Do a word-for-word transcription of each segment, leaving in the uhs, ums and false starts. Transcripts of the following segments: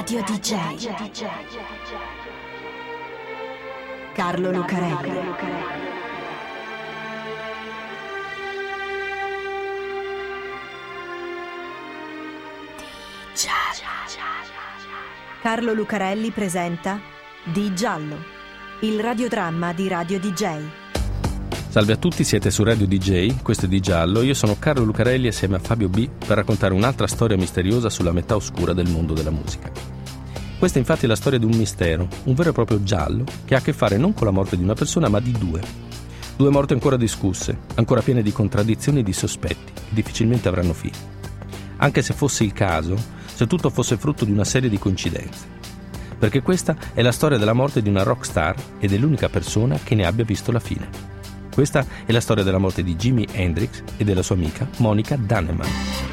Radio D J Carlo Lucarelli. Carlo Lucarelli presenta Di Giallo, il radiodramma di Radio D J. Salve a tutti, siete su Radio D J, questo è Di Giallo, io sono Carlo Lucarelli assieme a Fabio B per raccontare un'altra storia misteriosa sulla metà oscura del mondo della musica. Questa è infatti la storia di un mistero, un vero e proprio giallo, che ha a che fare non con la morte di una persona ma di due. Due morti ancora discusse, ancora piene di contraddizioni e di sospetti, che difficilmente avranno fine. Anche se fosse il caso, se tutto fosse frutto di una serie di coincidenze. Perché questa è la storia della morte di una rock star ed è l'unica persona che ne abbia visto la fine. Questa è la storia della morte di Jimi Hendrix e della sua amica Monica Dannemann.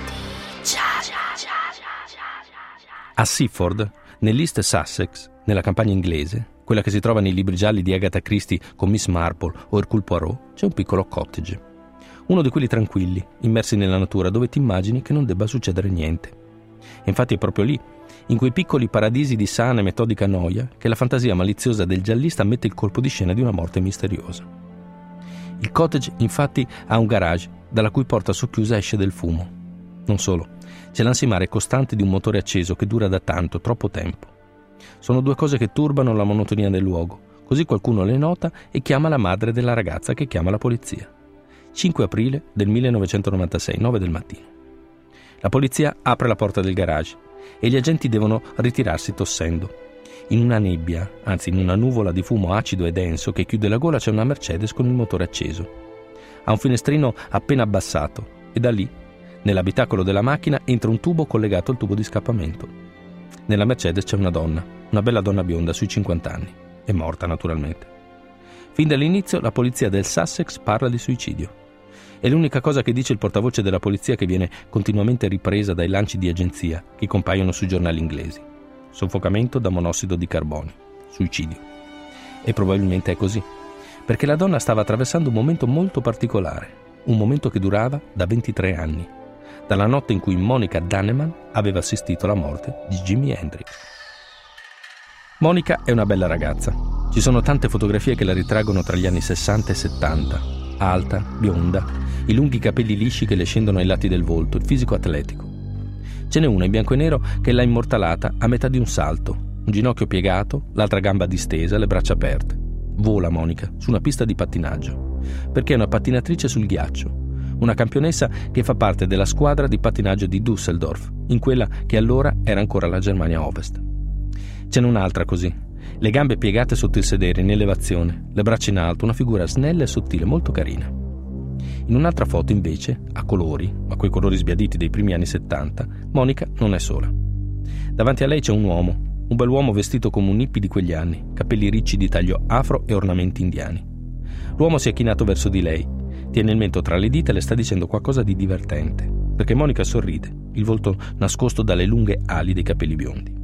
A Seaford, nell'East Sussex, nella campagna inglese, quella che si trova nei libri gialli di Agatha Christie con Miss Marple o Hercule Poirot, c'è un piccolo cottage. Uno di quelli tranquilli, immersi nella natura, dove ti immagini che non debba succedere niente. E infatti è proprio lì, in quei piccoli paradisi di sana e metodica noia, che la fantasia maliziosa del giallista mette il colpo di scena di una morte misteriosa. Il cottage, infatti, ha un garage, dalla cui porta socchiusa esce del fumo. Non solo, c'è l'ansimare costante di un motore acceso che dura da tanto, troppo tempo. Sono due cose che turbano la monotonia del luogo, così qualcuno le nota e chiama la madre della ragazza che chiama la polizia. cinque aprile del millenovecentonovantasei, nove del mattino. La polizia apre la porta del garage e gli agenti devono ritirarsi tossendo. In una nebbia, anzi in una nuvola di fumo acido e denso che chiude la gola, c'è una Mercedes con il motore acceso. Ha un finestrino appena abbassato e da lì, nell'abitacolo della macchina, entra un tubo collegato al tubo di scappamento. Nella Mercedes c'è una donna, una bella donna bionda sui cinquanta anni. È morta, naturalmente. Fin dall'inizio la polizia del Sussex parla di suicidio. È l'unica cosa che dice il portavoce della polizia, che viene continuamente ripresa dai lanci di agenzia che compaiono sui giornali inglesi. Soffocamento da monossido di carbonio. Suicidio. E probabilmente è così. Perché la donna stava attraversando un momento molto particolare. Un momento che durava da ventitré anni. Dalla notte in cui Monica Dannemann aveva assistito alla morte di Jimi Hendrix. Monica è una bella ragazza. Ci sono tante fotografie che la ritraggono tra gli anni sessanta e settanta. Alta, bionda, i lunghi capelli lisci che le scendono ai lati del volto, il fisico atletico. Ce n'è una in bianco e nero che l'ha immortalata a metà di un salto, un ginocchio piegato, l'altra gamba distesa, le braccia aperte. Vola Monica su una pista di pattinaggio, perché è una pattinatrice sul ghiaccio, una campionessa che fa parte della squadra di pattinaggio di Düsseldorf, in quella che allora era ancora la Germania Ovest. Ce n'è un'altra così, le gambe piegate sotto il sedere in elevazione, le braccia in alto, una figura snella e sottile, molto carina. In un'altra foto, invece, a colori, ma quei colori sbiaditi dei primi anni settanta, Monica non è sola. Davanti a lei c'è un uomo, un bell'uomo vestito come un hippie di quegli anni, capelli ricci di taglio afro e ornamenti indiani. L'uomo si è chinato verso di lei, tiene il mento tra le dita e le sta dicendo qualcosa di divertente, perché Monica sorride, il volto nascosto dalle lunghe ali dei capelli biondi.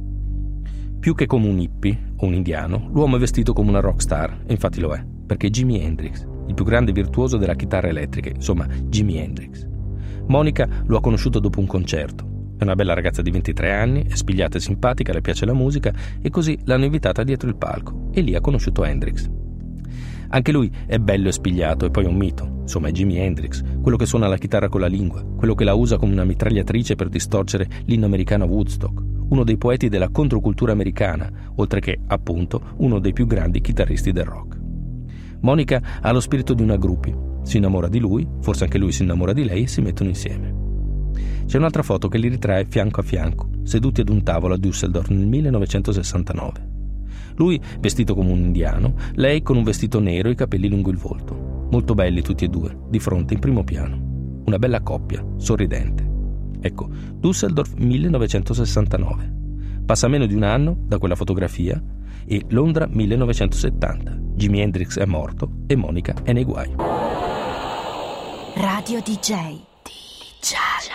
Più che come un hippie o un indiano, l'uomo è vestito come una rockstar, e infatti lo è, perché Jimi Hendrix, il più grande virtuoso della chitarra elettrica, insomma Jimi Hendrix. Monica lo ha conosciuto dopo un concerto. È una bella ragazza di ventitré anni, è spigliata e simpatica, le piace la musica e così l'hanno invitata dietro il palco e lì ha conosciuto Hendrix. Anche lui è bello e spigliato e poi è un mito, insomma è Jimi Hendrix, quello che suona la chitarra con la lingua, quello che la usa come una mitragliatrice per distorcere l'inno americano a Woodstock, uno dei poeti della controcultura americana, oltre che, appunto, uno dei più grandi chitarristi del rock. Monica ha lo spirito di una groupie, si innamora di lui, forse anche lui si innamora di lei e si mettono insieme. C'è un'altra foto che li ritrae fianco a fianco, seduti ad un tavolo a Düsseldorf nel millenovecentosessantanove. Lui vestito come un indiano, lei con un vestito nero e i capelli lungo il volto. Molto belli tutti e due, di fronte in primo piano. Una bella coppia, sorridente. Ecco, Düsseldorf millenovecentosessantanove. Passa meno di un anno da quella fotografia e Londra millenovecentosettanta. Jimi Hendrix è morto e Monica è nei guai. Radio D J. D J.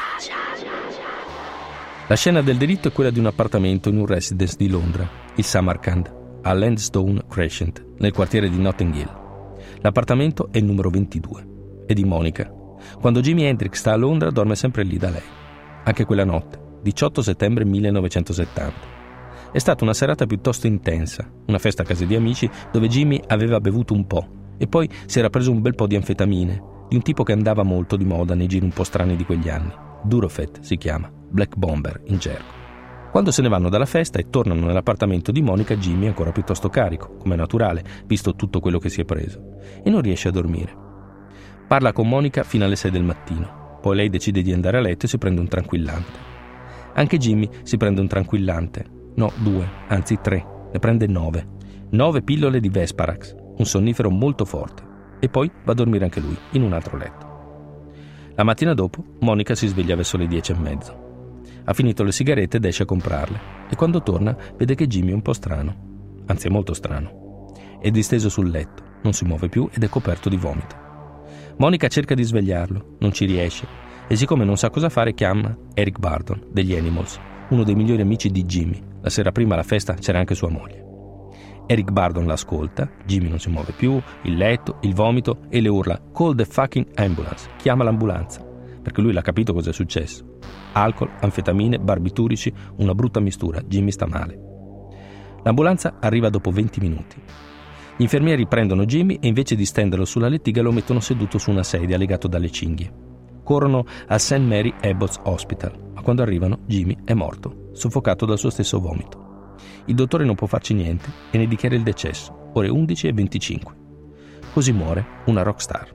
La scena del delitto è quella di un appartamento in un residence di Londra, il Samarkand, a Lansdowne Crescent, nel quartiere di Notting Hill. L'appartamento è il numero ventidue. È di Monica. Quando Jimi Hendrix sta a Londra dorme sempre lì da lei. Anche quella notte, diciotto settembre millenovecentosettanta. È stata una serata piuttosto intensa, una festa a casa di amici dove Jimmy aveva bevuto un po' e poi si era preso un bel po' di anfetamine, di un tipo che andava molto di moda nei giri un po' strani di quegli anni. Durofet si chiama, Black Bomber in gergo. Quando se ne vanno dalla festa e tornano nell'appartamento di Monica, Jimmy è ancora piuttosto carico, come è naturale, visto tutto quello che si è preso, e non riesce a dormire. Parla con Monica fino alle sei del mattino, poi lei decide di andare a letto e si prende un tranquillante. Anche Jimmy si prende un tranquillante, no, due, anzi tre, ne prende nove. Nove pillole di Vesparax, un sonnifero molto forte, e poi va a dormire anche lui, in un altro letto. La mattina dopo, Monica si sveglia verso le dieci e mezzo. Ha finito le sigarette ed esce a comprarle, e quando torna vede che Jimmy è un po' strano, anzi è molto strano. È disteso sul letto, non si muove più ed è coperto di vomito. Monica cerca di svegliarlo, non ci riesce, e siccome non sa cosa fare chiama Eric Burdon degli Animals, uno dei migliori amici di Jimmy. La sera prima alla festa c'era anche sua moglie. Eric Burdon l'ascolta, Jimmy non si muove più, il letto, il vomito, e le urla "Call the fucking ambulance", chiama l'ambulanza, perché lui l'ha capito cosa è successo. Alcol, anfetamine, barbiturici, una brutta mistura, Jimmy sta male. L'ambulanza arriva dopo venti minuti. Gli infermieri prendono Jimmy e invece di stenderlo sulla lettiga lo mettono seduto su una sedia legato dalle cinghie. Corrono al Saint Mary Abbott's Hospital, ma quando arrivano Jimmy è morto, soffocato dal suo stesso vomito. Il dottore non può farci niente e ne dichiara il decesso, ore undici e venticinque. Così muore una rockstar.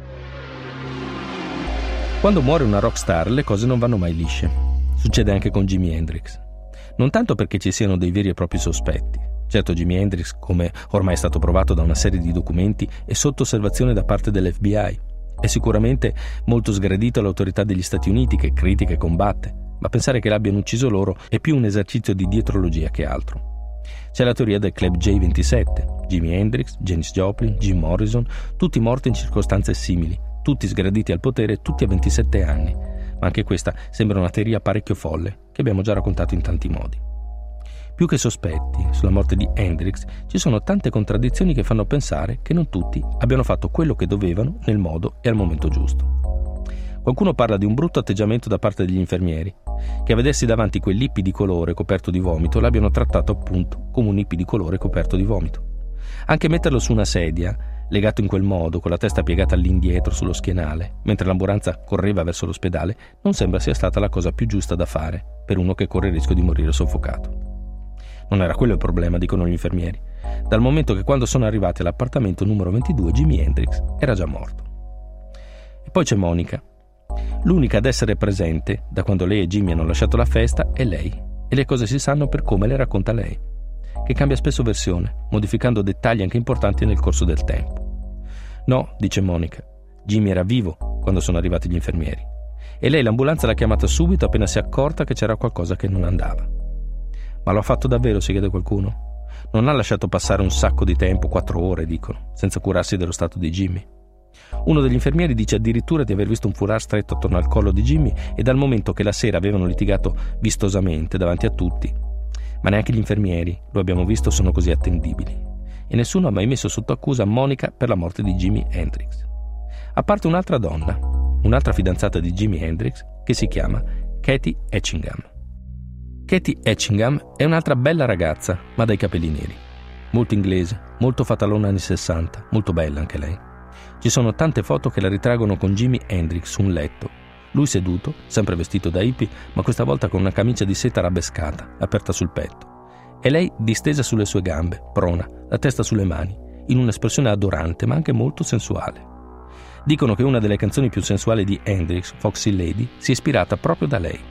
Quando muore una rockstar le cose non vanno mai lisce. Succede anche con Jimi Hendrix. Non tanto perché ci siano dei veri e propri sospetti. Certo, Jimi Hendrix, come ormai è stato provato da una serie di documenti, è sotto osservazione da parte dell'F B I. È sicuramente molto sgradito all'autorità degli Stati Uniti che critica e combatte, ma pensare che l'abbiano ucciso loro è più un esercizio di dietrologia che altro. C'è la teoria del Club J ventisette, Jimi Hendrix, Janis Joplin, Jim Morrison, tutti morti in circostanze simili, tutti sgraditi al potere, tutti a ventisette anni, ma anche questa sembra una teoria parecchio folle che abbiamo già raccontato in tanti modi. Più che sospetti sulla morte di Hendrix, ci sono tante contraddizioni che fanno pensare che non tutti abbiano fatto quello che dovevano nel modo e al momento giusto. Qualcuno parla di un brutto atteggiamento da parte degli infermieri, che a vedersi davanti quell'hippie di colore coperto di vomito l'abbiano trattato appunto come un hippie di colore coperto di vomito. Anche metterlo su una sedia, legato in quel modo, con la testa piegata all'indietro sullo schienale, mentre l'ambulanza correva verso l'ospedale, non sembra sia stata la cosa più giusta da fare per uno che corre il rischio di morire soffocato. Non era quello il problema, dicono gli infermieri, dal momento che quando sono arrivati all'appartamento numero ventidue Jimi Hendrix era già morto. E poi c'è Monica. L'unica ad essere presente da quando lei e Jimmy hanno lasciato la festa è lei, e le cose si sanno per come le racconta lei, che cambia spesso versione, modificando dettagli anche importanti nel corso del tempo. No, dice Monica, Jimmy era vivo quando sono arrivati gli infermieri, e lei l'ambulanza l'ha chiamata subito appena si è accorta che c'era qualcosa che non andava. Ma lo ha fatto davvero, si chiede qualcuno? Non ha lasciato passare un sacco di tempo, quattro ore, dicono, senza curarsi dello stato di Jimmy. Uno degli infermieri dice addirittura di aver visto un foulard stretto attorno al collo di Jimmy e dal momento che la sera avevano litigato vistosamente davanti a tutti. Ma neanche gli infermieri, lo abbiamo visto, sono così attendibili. E nessuno ha mai messo sotto accusa Monica per la morte di Jimi Hendrix. A parte un'altra donna, un'altra fidanzata di Jimi Hendrix, che si chiama Katie Etchingham. Katie Etchingham è un'altra bella ragazza, ma dai capelli neri. Molto inglese, molto fatalona anni sessanta, molto bella anche lei. Ci sono tante foto che la ritraggono con Jimi Hendrix su un letto, lui seduto, sempre vestito da hippie, ma questa volta con una camicia di seta arabescata, aperta sul petto, e lei distesa sulle sue gambe, prona, la testa sulle mani, in un'espressione adorante ma anche molto sensuale. Dicono che una delle canzoni più sensuali di Hendrix, Foxy Lady, si è ispirata proprio da lei.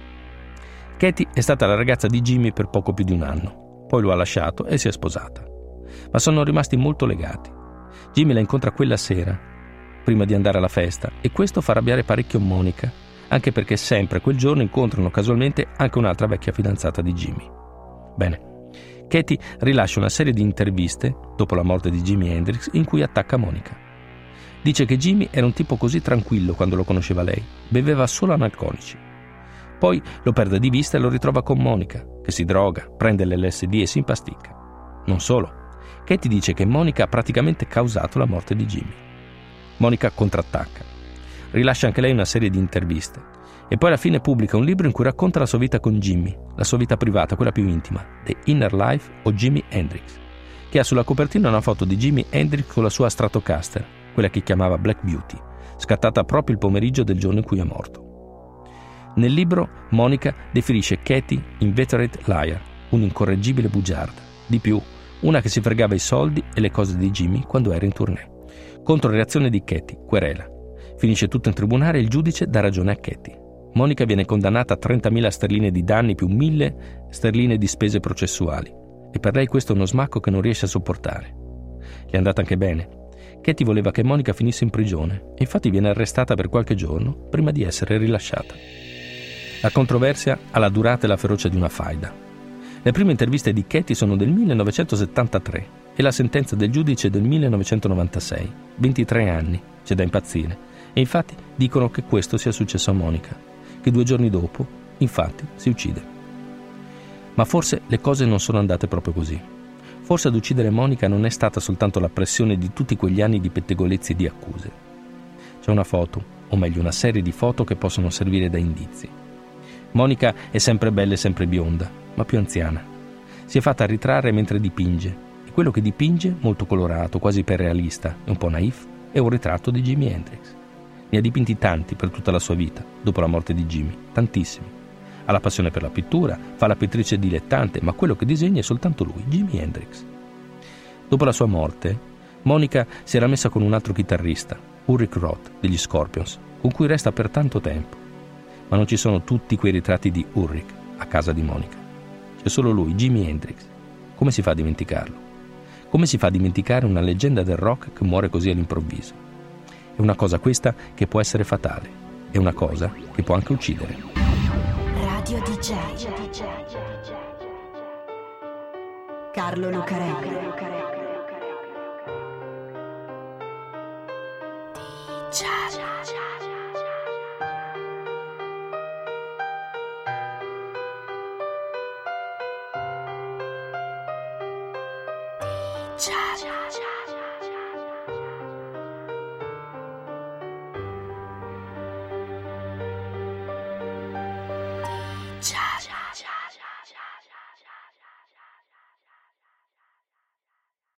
Katie è stata la ragazza di Jimmy per poco più di un anno, poi lo ha lasciato e si è sposata. Ma sono rimasti molto legati. Jimmy la incontra quella sera, prima di andare alla festa, e questo fa arrabbiare parecchio Monica, anche perché sempre quel giorno incontrano casualmente anche un'altra vecchia fidanzata di Jimmy. Bene, Katie rilascia una serie di interviste, dopo la morte di Jimi Hendrix, in cui attacca Monica. Dice che Jimmy era un tipo così tranquillo quando lo conosceva lei, beveva solo analcolici. Poi lo perde di vista e lo ritrova con Monica, che si droga, prende l'L S D e si impasticca. Non solo, Katie dice che Monica ha praticamente causato la morte di Jimmy. Monica contrattacca. Rilascia anche lei una serie di interviste E poi alla fine pubblica un libro in cui racconta la sua vita con Jimi, la sua vita privata, quella più intima, The Inner Life of Jimi Hendrix, che ha sulla copertina una foto di Jimi Hendrix con la sua Stratocaster, quella che chiamava Black Beauty, scattata proprio il pomeriggio del giorno in cui è morto. Nel libro Monica definisce Katie inveterate liar, un'incorreggibile bugiarda, di più, una che si fregava i soldi e le cose di Jimi quando era in tournée. Controreazione di Katie, querela. Finisce tutto in tribunale e il giudice dà ragione a Katie. Monica viene condannata a trentamila sterline di danni più mille sterline di spese processuali e per lei questo è uno smacco che non riesce a sopportare. Gli è andata anche bene. Katie voleva che Monica finisse in prigione e infatti viene arrestata per qualche giorno prima di essere rilasciata. La controversia ha la durata e la ferocia di una faida. Le prime interviste di Katie sono del millenovecentosettantatré e la sentenza del giudice del millenovecentonovantasei. ventitré anni, c'è da impazzire. E infatti dicono che questo sia successo a Monica, che due giorni dopo, infatti, si uccide. Ma forse le cose non sono andate proprio così. Forse ad uccidere Monica non è stata soltanto la pressione di tutti quegli anni di pettegolezzi e di accuse. C'è una foto, o meglio una serie di foto che possono servire da indizi. Monica è sempre bella e sempre bionda, ma più anziana. Si è fatta ritrarre mentre dipinge, e quello che dipinge, molto colorato, quasi iperrealista e un po' naif, è un ritratto di Jimi Hendrix. Ne ha dipinti tanti per tutta la sua vita, dopo la morte di Jimi, tantissimi. Ha la passione per la pittura, fa la pittrice dilettante, ma quello che disegna è soltanto lui, Jimi Hendrix. Dopo la sua morte, Monica si era messa con un altro chitarrista, Ulrich Roth, degli Scorpions, con cui resta per tanto tempo. Ma non ci sono tutti quei ritratti di Ulrich a casa di Monica. C'è solo lui, Jimi Hendrix. Come si fa a dimenticarlo? Come si fa a dimenticare una leggenda del rock che muore così all'improvviso? È una cosa questa che può essere fatale. È una cosa che può anche uccidere. Radio D J Carlo Lucarelli. D J Ciao.